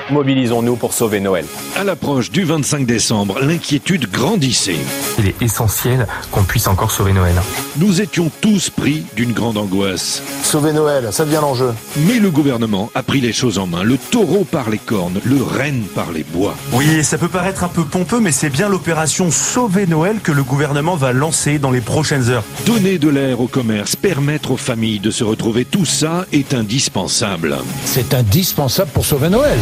Mobilisons-nous pour sauver Noël. À l'approche du 25 décembre, l'inquiétude grandissait. Il est essentiel qu'on puisse encore sauver Noël. Nous étions tous pris d'une grande angoisse. Sauver Noël, ça devient l'enjeu. Mais le gouvernement a pris les choses en main. Le taureau par les cornes, le renne par les bois. Oui, ça peut paraître un peu pompeux, mais c'est bien l'opération Sauver Noël que le gouvernement va lancer dans les prochaines heures. Donner de l'air au commerce, permettre aux familles de se retrouver, tout ça est indispensable. C'est indispensable pour sauver Noël.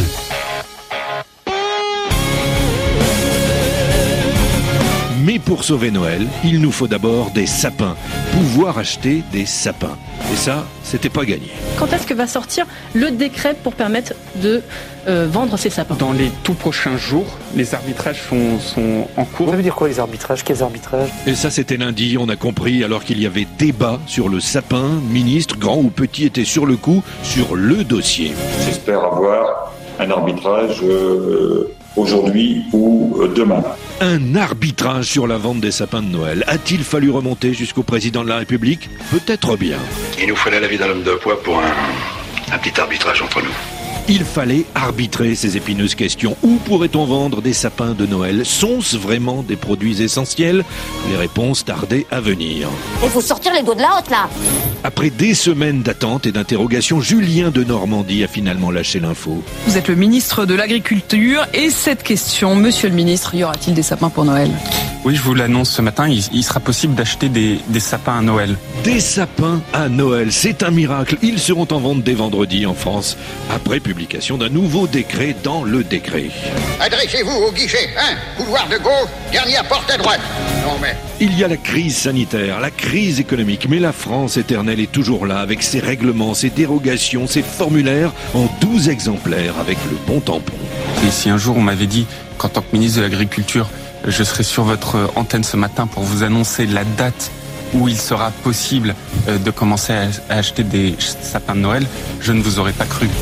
Mais pour sauver Noël, il nous faut d'abord des sapins. Pouvoir acheter des sapins. Et ça, c'était pas gagné. Quand est-ce que va sortir le décret pour permettre de vendre ces sapins ? Dans les tout prochains jours, les arbitrages sont en cours. Ça veut dire quoi les arbitrages ? Quels arbitrages ? Et ça, c'était lundi, on a compris, alors qu'il y avait débat sur le sapin. Ministre, grand ou petit, était sur le coup, sur le dossier. J'espère avoir un arbitrage aujourd'hui ou demain. Un arbitrage sur la vente des sapins de Noël. A-t-il fallu remonter jusqu'au président de la République ? Peut-être bien. Il nous fallait l'avis d'un homme de poids pour un petit arbitrage entre nous. Il fallait arbitrer ces épineuses questions. Où pourrait-on vendre des sapins de Noël ? Sont-ce vraiment des produits essentiels ? Les réponses tardaient à venir. Il faut sortir les doigts de la hotte, là. Après des semaines d'attente et d'interrogation, Julien de Normandie a finalement lâché l'info. Vous êtes le ministre de l'Agriculture et cette question, monsieur le ministre, y aura-t-il des sapins pour Noël ? Oui, je vous l'annonce ce matin, il sera possible d'acheter des sapins à Noël. Des sapins à Noël, c'est un miracle. Ils seront en vente dès vendredi en France, après publication d'un nouveau décret dans le décret. Adressez-vous au guichet 1, couloir de gauche, dernière porte à droite. Non mais... Il y a la crise sanitaire, la crise économique, mais la France éternelle est toujours là, avec ses règlements, ses dérogations, ses formulaires, en 12 exemplaires, avec le bon tampon. Et si un jour on m'avait dit qu'en tant que ministre de l'Agriculture, je serai sur votre antenne ce matin pour vous annoncer la date où il sera possible de commencer à acheter des sapins de Noël, je ne vous aurais pas cru.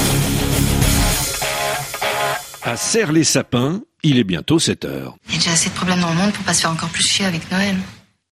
À Serres-les-Sapins, il est bientôt 7h. Il y a déjà assez de problèmes dans le monde pour pas se faire encore plus chier avec Noël.